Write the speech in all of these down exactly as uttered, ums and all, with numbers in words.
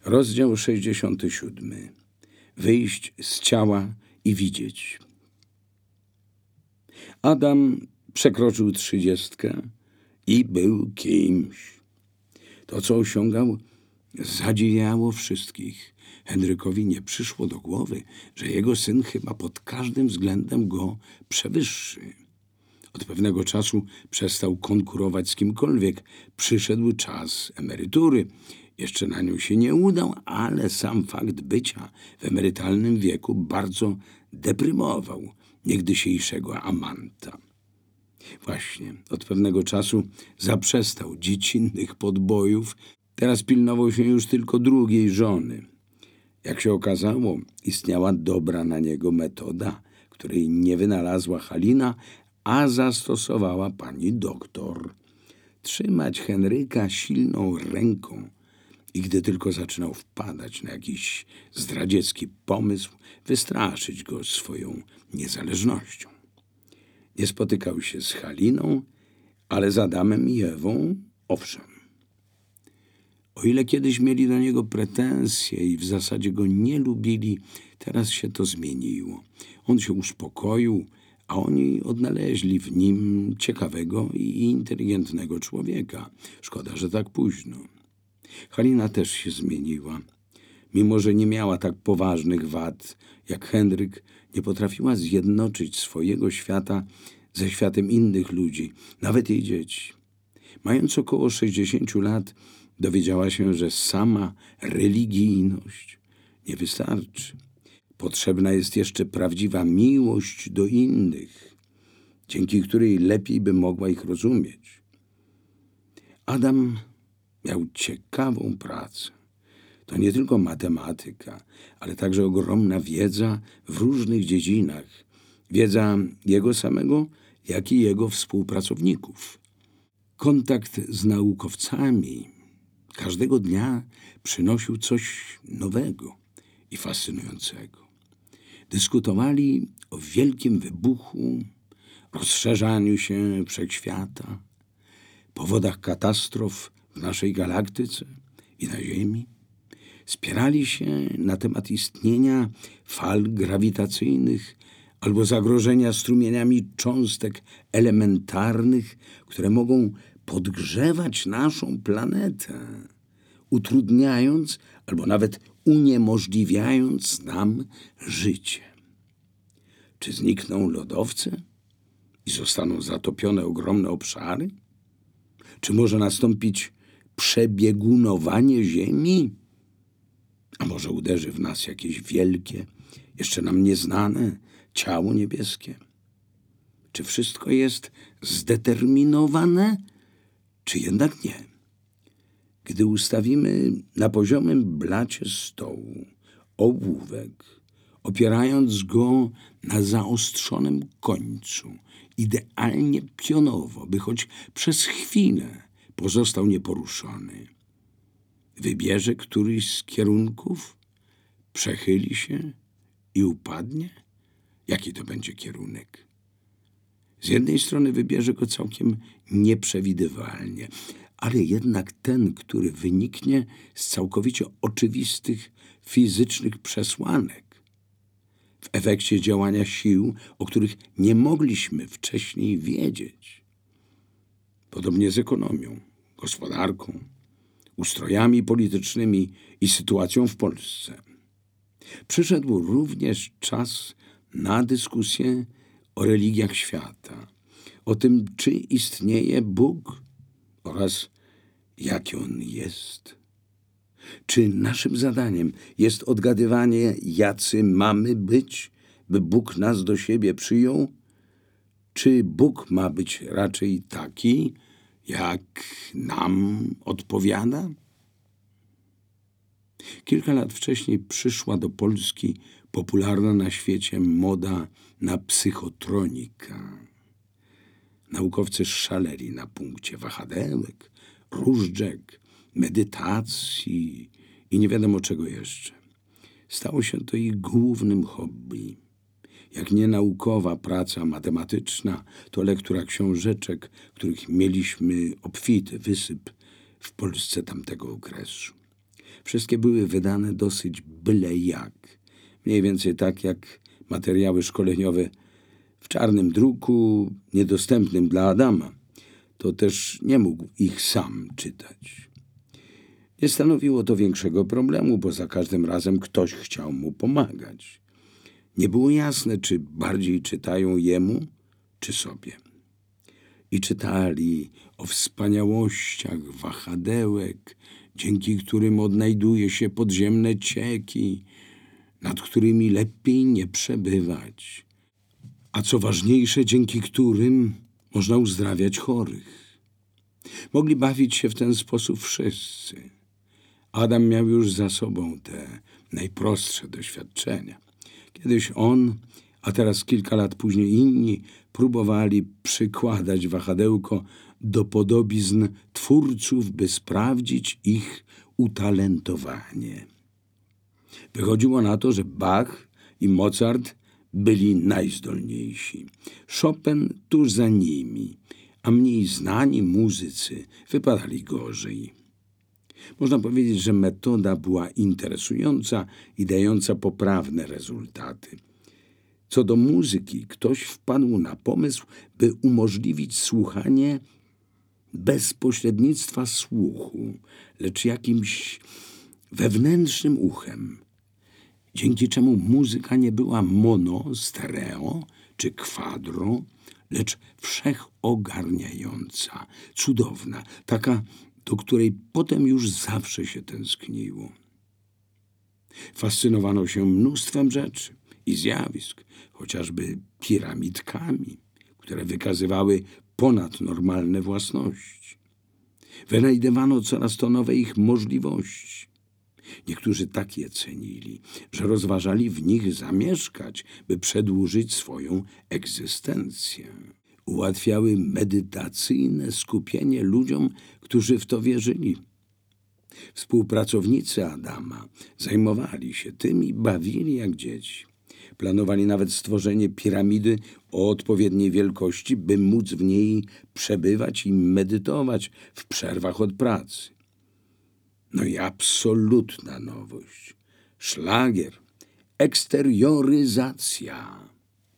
Rozdział sześćdziesiąty siódmy. Wyjść z ciała i widzieć. Adam przekroczył trzydziestkę i był kimś. To, co osiągał, zadziwiało wszystkich. Henrykowi nie przyszło do głowy, że jego syn chyba pod każdym względem go przewyższy. Od pewnego czasu przestał konkurować z kimkolwiek. Przyszedł czas emerytury. Jeszcze na nią się nie udał, ale sam fakt bycia w emerytalnym wieku bardzo deprymował niegdysiejszego amanta. Właśnie od pewnego czasu zaprzestał dziecinnych podbojów. Teraz pilnował się już tylko drugiej żony. Jak się okazało, istniała dobra na niego metoda, której nie wynalazła Halina, a zastosowała pani doktor. Trzymać Henryka silną ręką i gdy tylko zaczynał wpadać na jakiś zdradziecki pomysł, wystraszyć go swoją niezależnością. Nie spotykał się z Haliną, ale z Adamem i Ewą owszem. O ile kiedyś mieli do niego pretensje i w zasadzie go nie lubili, teraz się to zmieniło. On się uspokoił, a oni odnaleźli w nim ciekawego i inteligentnego człowieka. Szkoda, że tak późno. Halina też się zmieniła. Mimo że nie miała tak poważnych wad jak Henryk, nie potrafiła zjednoczyć swojego świata ze światem innych ludzi, nawet jej dzieci. Mając około sześćdziesięciu lat, dowiedziała się, że sama religijność nie wystarczy. Potrzebna jest jeszcze prawdziwa miłość do innych, dzięki której lepiej by mogła ich rozumieć. Adam miał ciekawą pracę. To nie tylko matematyka, ale także ogromna wiedza w różnych dziedzinach. Wiedza jego samego, jak i jego współpracowników. Kontakt z naukowcami każdego dnia przynosił coś nowego i fascynującego. Dyskutowali o wielkim wybuchu, rozszerzaniu się wszechświata, powodach katastrof w naszej galaktyce i na Ziemi. Spierali się na temat istnienia fal grawitacyjnych albo zagrożenia strumieniami cząstek elementarnych, które mogą podgrzewać naszą planetę, utrudniając albo nawet uniemożliwiając nam życie. Czy znikną lodowce i zostaną zatopione ogromne obszary? Czy może nastąpić przebiegunowanie Ziemi? A może uderzy w nas jakieś wielkie, jeszcze nam nieznane ciało niebieskie? Czy wszystko jest zdeterminowane, czy jednak nie? Gdy ustawimy na poziomym blacie stołu ołówek, opierając go na zaostrzonym końcu, idealnie pionowo, by choć przez chwilę pozostał nieporuszony, wybierze któryś z kierunków, przechyli się i upadnie? Jaki to będzie kierunek? Z jednej strony wybierze go całkiem nieprzewidywalnie, ale jednak ten, który wyniknie z całkowicie oczywistych fizycznych przesłanek, w efekcie działania sił, o których nie mogliśmy wcześniej wiedzieć. Podobnie z ekonomią, gospodarką, ustrojami politycznymi i sytuacją w Polsce. Przyszedł również czas na dyskusję o religiach świata, o tym, czy istnieje Bóg oraz jaki On jest. Czy naszym zadaniem jest odgadywanie, jacy mamy być, by Bóg nas do siebie przyjął? Czy Bóg ma być raczej taki, jak nam odpowiada? Kilka lat wcześniej przyszła do Polski popularna na świecie moda na psychotronika. Naukowcy szaleli na punkcie wahadełek, różdżek, medytacji i nie wiadomo czego jeszcze. Stało się to ich głównym hobby. Jak nie naukowa praca matematyczna, to lektura książeczek, których mieliśmy obfity wysyp w Polsce tamtego okresu. Wszystkie były wydane dosyć byle jak. Mniej więcej tak jak materiały szkoleniowe w czarnym druku, niedostępnym dla Adama. To też nie mógł ich sam czytać. Nie stanowiło to większego problemu, bo za każdym razem ktoś chciał mu pomagać. Nie było jasne, czy bardziej czytają jemu, czy sobie. I czytali o wspaniałościach wahadełek, dzięki którym odnajduje się podziemne cieki, nad którymi lepiej nie przebywać, a co ważniejsze, dzięki którym można uzdrawiać chorych. Mogli bawić się w ten sposób wszyscy. Adam miał już za sobą te najprostsze doświadczenia. Kiedyś on, a teraz kilka lat później inni, próbowali przykładać wahadełko do podobizn twórców, by sprawdzić ich utalentowanie. Wychodziło na to, że Bach i Mozart byli najzdolniejsi. Chopin tuż za nimi, a mniej znani muzycy wypadali gorzej. Można powiedzieć, że metoda była interesująca i dająca poprawne rezultaty. Co do muzyki, ktoś wpadł na pomysł, by umożliwić słuchanie bez pośrednictwa słuchu, lecz jakimś wewnętrznym uchem, dzięki czemu muzyka nie była mono, stereo czy kwadro, lecz wszechogarniająca, cudowna, taka, do której potem już zawsze się tęskniło. Fascynowano się mnóstwem rzeczy i zjawisk, chociażby piramidkami, które wykazywały ponadnormalne własności. Wynajdywano coraz to nowe ich możliwości. Niektórzy tak je cenili, że rozważali w nich zamieszkać, by przedłużyć swoją egzystencję. Ułatwiały medytacyjne skupienie ludziom, którzy w to wierzyli. Współpracownicy Adama zajmowali się tym i bawili jak dzieci. Planowali nawet stworzenie piramidy o odpowiedniej wielkości, by móc w niej przebywać i medytować w przerwach od pracy. No i absolutna nowość. Szlagier. Eksterioryzacja.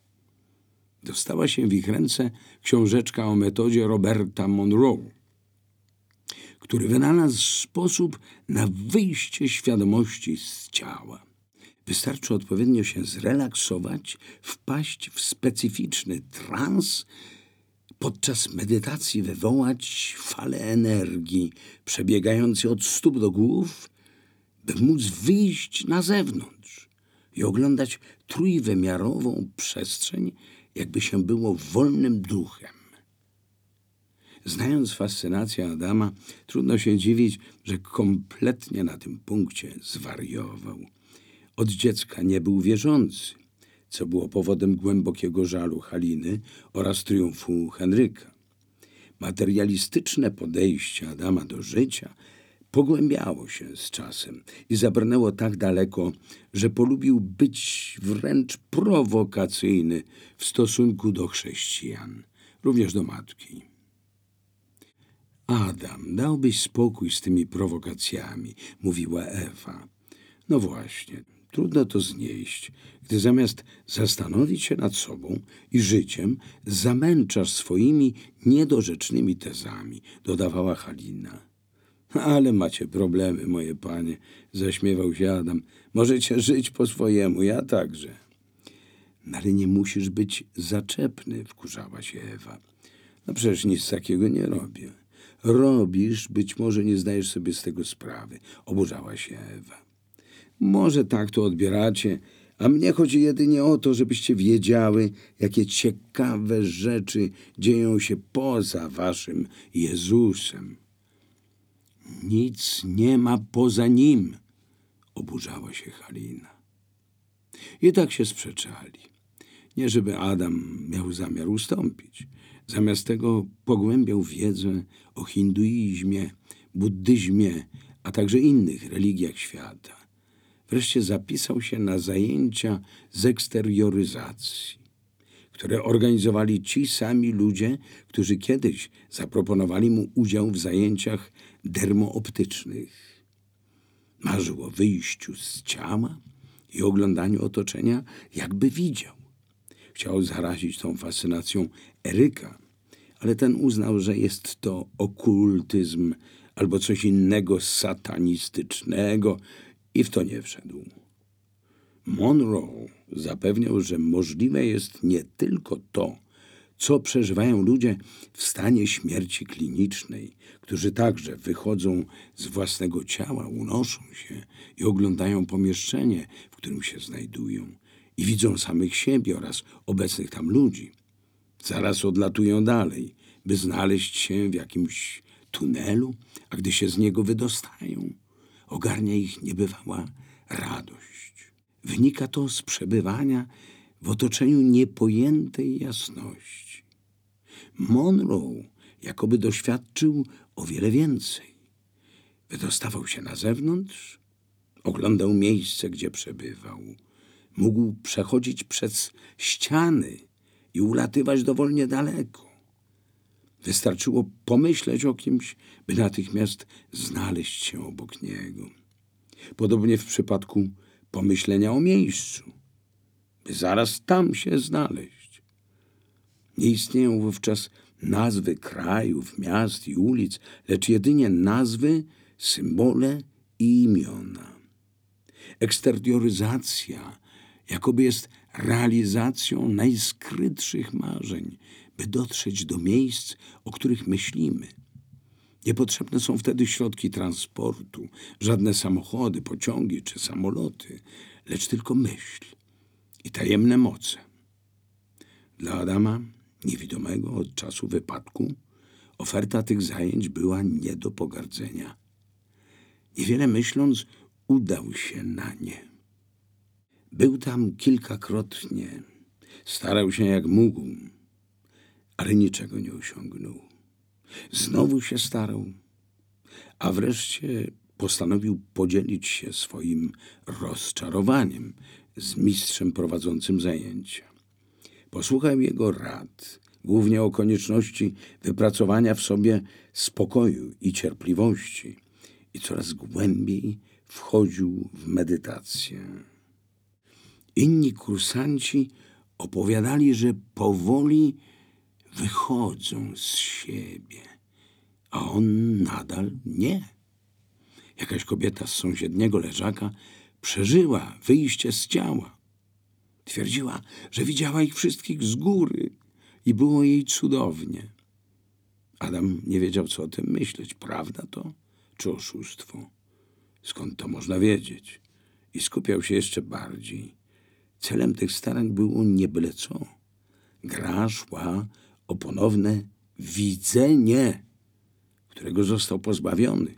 Dostała się w ich ręce książeczka o metodzie Roberta Monroe, który wynalazł sposób na wyjście świadomości z ciała. Wystarczy odpowiednio się zrelaksować, wpaść w specyficzny trans, podczas medytacji wywołać falę energii przebiegającej od stóp do głów, by móc wyjść na zewnątrz i oglądać trójwymiarową przestrzeń, jakby się było wolnym duchem. Znając fascynację Adama, trudno się dziwić, że kompletnie na tym punkcie zwariował. Od dziecka nie był wierzący, co było powodem głębokiego żalu Haliny oraz triumfu Henryka. Materialistyczne podejście Adama do życia pogłębiało się z czasem i zabrnęło tak daleko, że polubił być wręcz prowokacyjny w stosunku do chrześcijan, również do matki. Adam, dałbyś spokój z tymi prowokacjami, mówiła Ewa. No właśnie, trudno to znieść, gdy zamiast zastanowić się nad sobą i życiem, zamęczasz swoimi niedorzecznymi tezami, dodawała Halina. Ale macie problemy, moje panie, zaśmiewał się Adam. Możecie żyć po swojemu, ja także. No ale nie musisz być zaczepny, wkurzała się Ewa. No przecież nic takiego nie robię. Robisz, być może nie zdajesz sobie z tego sprawy, oburzała się Ewa. Może tak to odbieracie, a mnie chodzi jedynie o to, żebyście wiedziały, jakie ciekawe rzeczy dzieją się poza waszym Jezusem. Nic nie ma poza nim, oburzała się Halina. I tak się sprzeczali. Nie żeby Adam miał zamiar ustąpić. Zamiast tego pogłębiał wiedzę o hinduizmie, buddyzmie, a także innych religiach świata. Wreszcie zapisał się na zajęcia z eksterioryzacji, które organizowali ci sami ludzie, którzy kiedyś zaproponowali mu udział w zajęciach dermooptycznych. Marzył o wyjściu z ciała i oglądaniu otoczenia, jakby widział. Chciał zarazić tą fascynacją Eryka, ale ten uznał, że jest to okultyzm albo coś innego satanistycznego i w to nie wszedł. Monroe zapewniał, że możliwe jest nie tylko to, co przeżywają ludzie w stanie śmierci klinicznej, którzy także wychodzą z własnego ciała, unoszą się i oglądają pomieszczenie, w którym się znajdują i widzą samych siebie oraz obecnych tam ludzi. Zaraz odlatują dalej, by znaleźć się w jakimś tunelu, a gdy się z niego wydostają, ogarnia ich niebywała radość. Wynika to z przebywania w otoczeniu niepojętej jasności. Monroe jakoby doświadczył o wiele więcej. Wydostawał się na zewnątrz, oglądał miejsce, gdzie przebywał. Mógł przechodzić przez ściany i ulatywać dowolnie daleko. Wystarczyło pomyśleć o kimś, by natychmiast znaleźć się obok niego. Podobnie w przypadku pomyślenia o miejscu, by zaraz tam się znaleźć. Nie istnieją wówczas nazwy krajów, miast i ulic, lecz jedynie nazwy, symbole i imiona. Eksterioryzacja jakoby jest realizacją najskrytszych marzeń, by dotrzeć do miejsc, o których myślimy. Niepotrzebne są wtedy środki transportu, żadne samochody, pociągi czy samoloty, lecz tylko myśl i tajemne moce. Dla Adama, niewidomego od czasu wypadku, oferta tych zajęć była nie do pogardzenia. Niewiele myśląc, udał się na nie. Był tam kilkakrotnie, starał się jak mógł, ale niczego nie osiągnął. Znowu się starał, a wreszcie postanowił podzielić się swoim rozczarowaniem z mistrzem prowadzącym zajęcia. Posłuchał jego rad, głównie o konieczności wypracowania w sobie spokoju i cierpliwości i coraz głębiej wchodził w medytację. Inni kursanci opowiadali, że powoli wychodzą z siebie, a on nadal nie. Jakaś kobieta z sąsiedniego leżaka przeżyła wyjście z ciała. Twierdziła, że widziała ich wszystkich z góry i było jej cudownie. Adam nie wiedział, co o tym myśleć. Prawda to, czy oszustwo? Skąd to można wiedzieć? I skupiał się jeszcze bardziej. Celem tych starań było nie byle co. Gra szła o ponowne widzenie, którego został pozbawiony.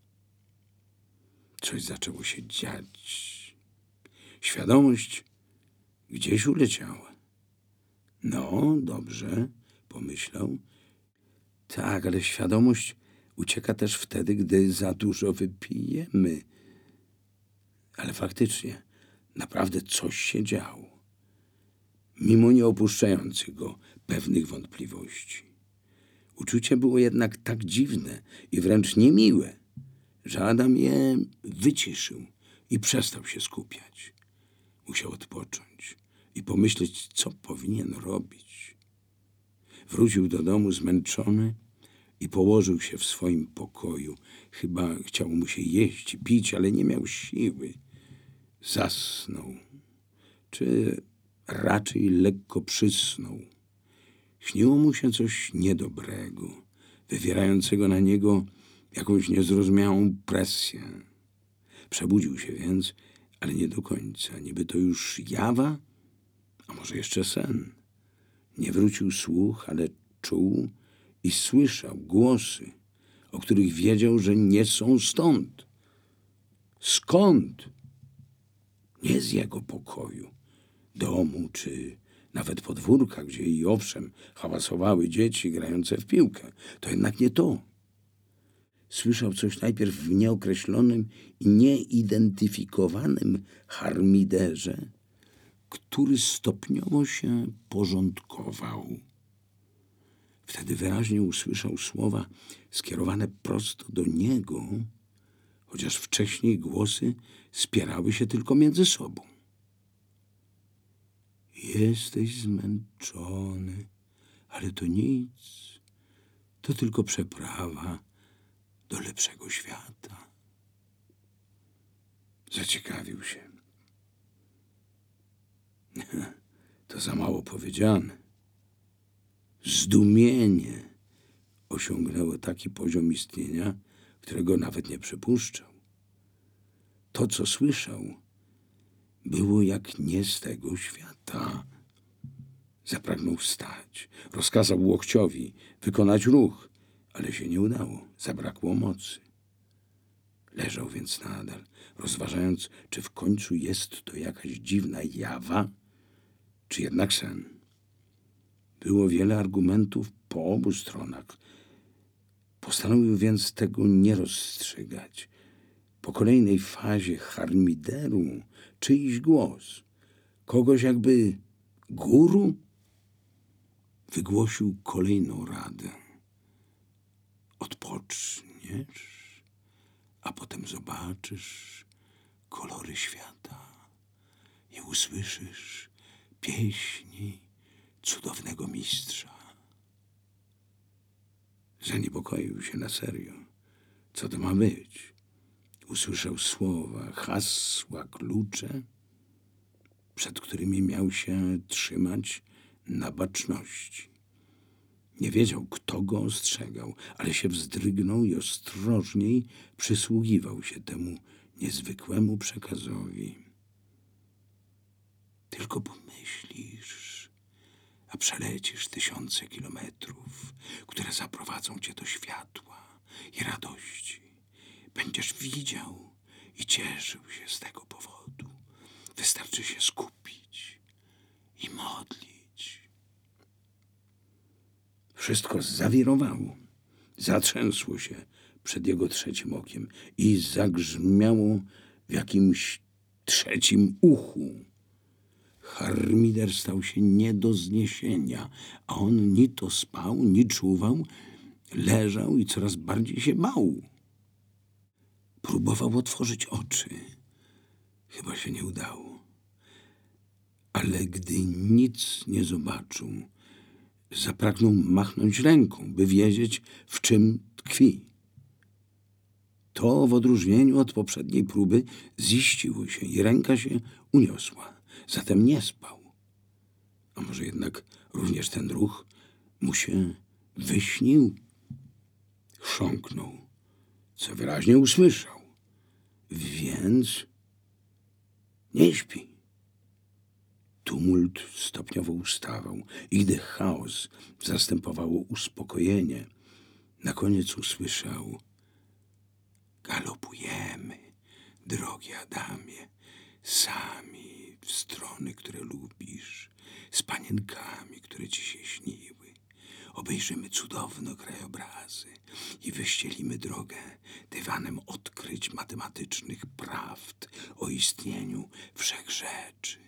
Coś zaczęło się dziać. Świadomość gdzieś uleciała. No, dobrze, pomyślał. Tak, ale świadomość ucieka też wtedy, gdy za dużo wypijemy. Ale faktycznie, naprawdę coś się działo. Mimo nieopuszczających go pewnych wątpliwości. Uczucie było jednak tak dziwne i wręcz niemiłe, że Adam je wyciszył i przestał się skupiać. Musiał odpocząć i pomyśleć, co powinien robić. Wrócił do domu zmęczony i położył się w swoim pokoju. Chyba chciało mu się jeść i pić, ale nie miał siły. Zasnął, czy raczej lekko przysnął. Śniło mu się coś niedobrego, wywierającego na niego jakąś niezrozumiałą presję. Przebudził się więc, ale nie do końca. Niby to już jawa, a może jeszcze sen. Nie wrócił słuch, ale czuł i słyszał głosy, o których wiedział, że nie są stąd. Skąd? Nie z jego pokoju, domu czy nawet podwórka, gdzie i owszem hałasowały dzieci grające w piłkę. To jednak nie to. Słyszał coś najpierw w nieokreślonym i nieidentyfikowanym harmiderze, który stopniowo się porządkował. Wtedy wyraźnie usłyszał słowa skierowane prosto do niego, chociaż wcześniej głosy spierały się tylko między sobą. Jesteś zmęczony, ale to nic. To tylko przeprawa do lepszego świata. Zaciekawił się. To za mało powiedziane. Zdumienie osiągnęło taki poziom istnienia, którego nawet nie przypuszczał. To, co słyszał, było jak nie z tego świata. Zapragnął wstać. Rozkazał łokciowi wykonać ruch, ale się nie udało. Zabrakło mocy. Leżał więc nadal, rozważając, czy w końcu jest to jakaś dziwna jawa, czy jednak sen. Było wiele argumentów po obu stronach. Postanowił więc tego nie rozstrzygać. Po kolejnej fazie harmideru czyjś głos, kogoś jakby guru, wygłosił kolejną radę. Odpoczniesz, a potem zobaczysz kolory świata i usłyszysz pieśni cudownego mistrza. Zaniepokoił się na serio. Co to ma być? Usłyszał słowa, hasła, klucze, przed którymi miał się trzymać na baczności. Nie wiedział, kto go ostrzegał, ale się wzdrygnął i ostrożniej przysługiwał się temu niezwykłemu przekazowi. Tylko pomyślisz, a przelecisz tysiące kilometrów, które zaprowadzą cię do światła i radości. Będziesz widział i cieszył się z tego powodu. Wystarczy się skupić i modlić. Wszystko zawirowało, zatrzęsło się przed jego trzecim okiem i zagrzmiało w jakimś trzecim uchu. Harmider stał się nie do zniesienia, a on ni to spał, ni czuwał, leżał i coraz bardziej się bał. Próbował otworzyć oczy. Chyba się nie udało. Ale gdy nic nie zobaczył, zapragnął machnąć ręką, by wiedzieć, w czym tkwi. To w odróżnieniu od poprzedniej próby ziściło się i ręka się uniosła. Zatem nie spał. A może jednak również ten ruch mu się wyśnił? Chrząknął, co wyraźnie usłyszał. Więc nie śpi. Tumult stopniowo ustawał i gdy chaos zastępowało uspokojenie, na koniec usłyszał: galopujemy, drogi Adamie, sami w strony, które lubisz, z panienkami, które ci się śniły. Obejrzymy cudowne krajobrazy i wyścielimy drogę dywanem odkryć matematycznych prawd o istnieniu wszechrzeczy.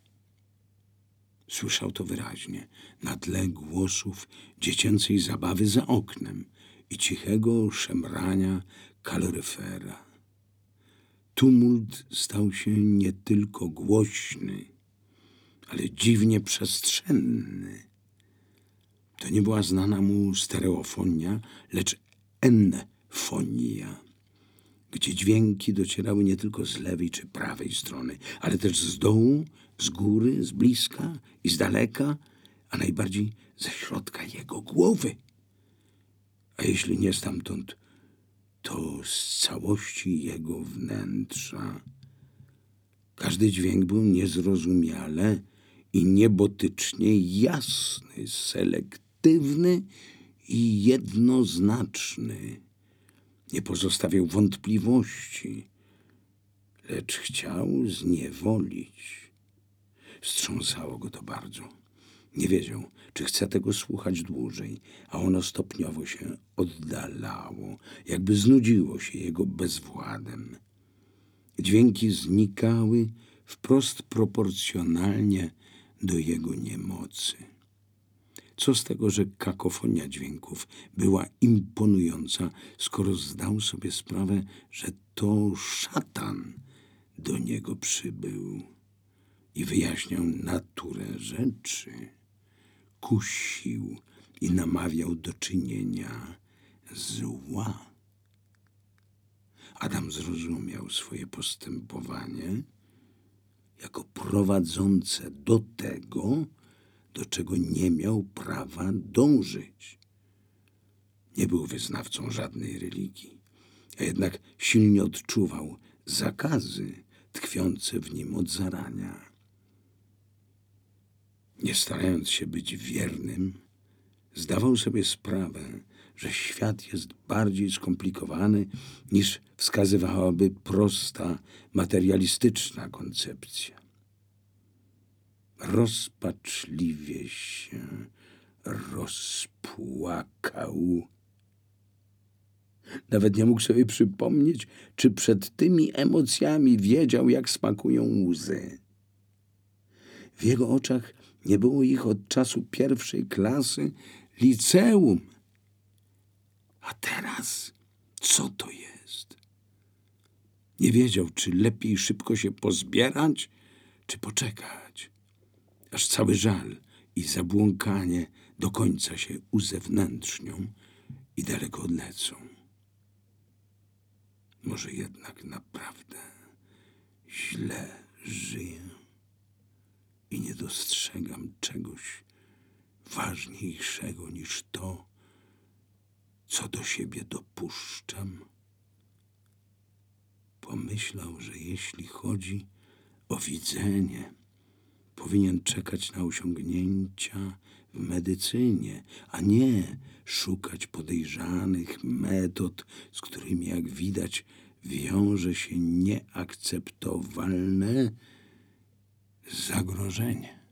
Słyszał to wyraźnie, na tle głosów dziecięcej zabawy za oknem i cichego szemrania kaloryfera. Tumult stał się nie tylko głośny, ale dziwnie przestrzenny. To nie była znana mu stereofonia, lecz enfonia, gdzie dźwięki docierały nie tylko z lewej czy prawej strony, ale też z dołu, z góry, z bliska i z daleka, a najbardziej ze środka jego głowy. A jeśli nie stamtąd, to z całości jego wnętrza. Każdy dźwięk był niezrozumiale i niebotycznie jasny, selektywny i jednoznaczny. Nie pozostawiał wątpliwości, lecz chciał zniewolić. Wstrząsało go to bardzo. Nie wiedział, czy chce tego słuchać dłużej, a ono stopniowo się oddalało, jakby znudziło się jego bezwładem. Dźwięki znikały wprost proporcjonalnie do jego niemocy. Co z tego, że kakofonia dźwięków była imponująca, skoro zdał sobie sprawę, że to szatan do niego przybył i wyjaśniał naturę rzeczy, kusił i namawiał do czynienia zła. Adam zrozumiał swoje postępowanie jako prowadzące do tego, do czego nie miał prawa dążyć. Nie był wyznawcą żadnej religii, a jednak silnie odczuwał zakazy tkwiące w nim od zarania. Nie starając się być wiernym, zdawał sobie sprawę, że świat jest bardziej skomplikowany niż wskazywałaby prosta, materialistyczna koncepcja. Rozpaczliwie się rozpłakał. Nawet nie mógł sobie przypomnieć, czy przed tymi emocjami wiedział, jak smakują łzy. W jego oczach nie było ich od czasu pierwszej klasy liceum. A teraz co to jest? Nie wiedział, czy lepiej szybko się pozbierać, czy poczekać, aż cały żal i zabłąkanie do końca się uzewnętrznią i daleko odlecą. Może jednak naprawdę źle żyję i nie dostrzegam czegoś ważniejszego niż to, co do siebie dopuszczam. Pomyślał, że jeśli chodzi o widzenie, powinien czekać na osiągnięcia w medycynie, a nie szukać podejrzanych metod, z którymi, jak widać, wiąże się nieakceptowalne zagrożenie.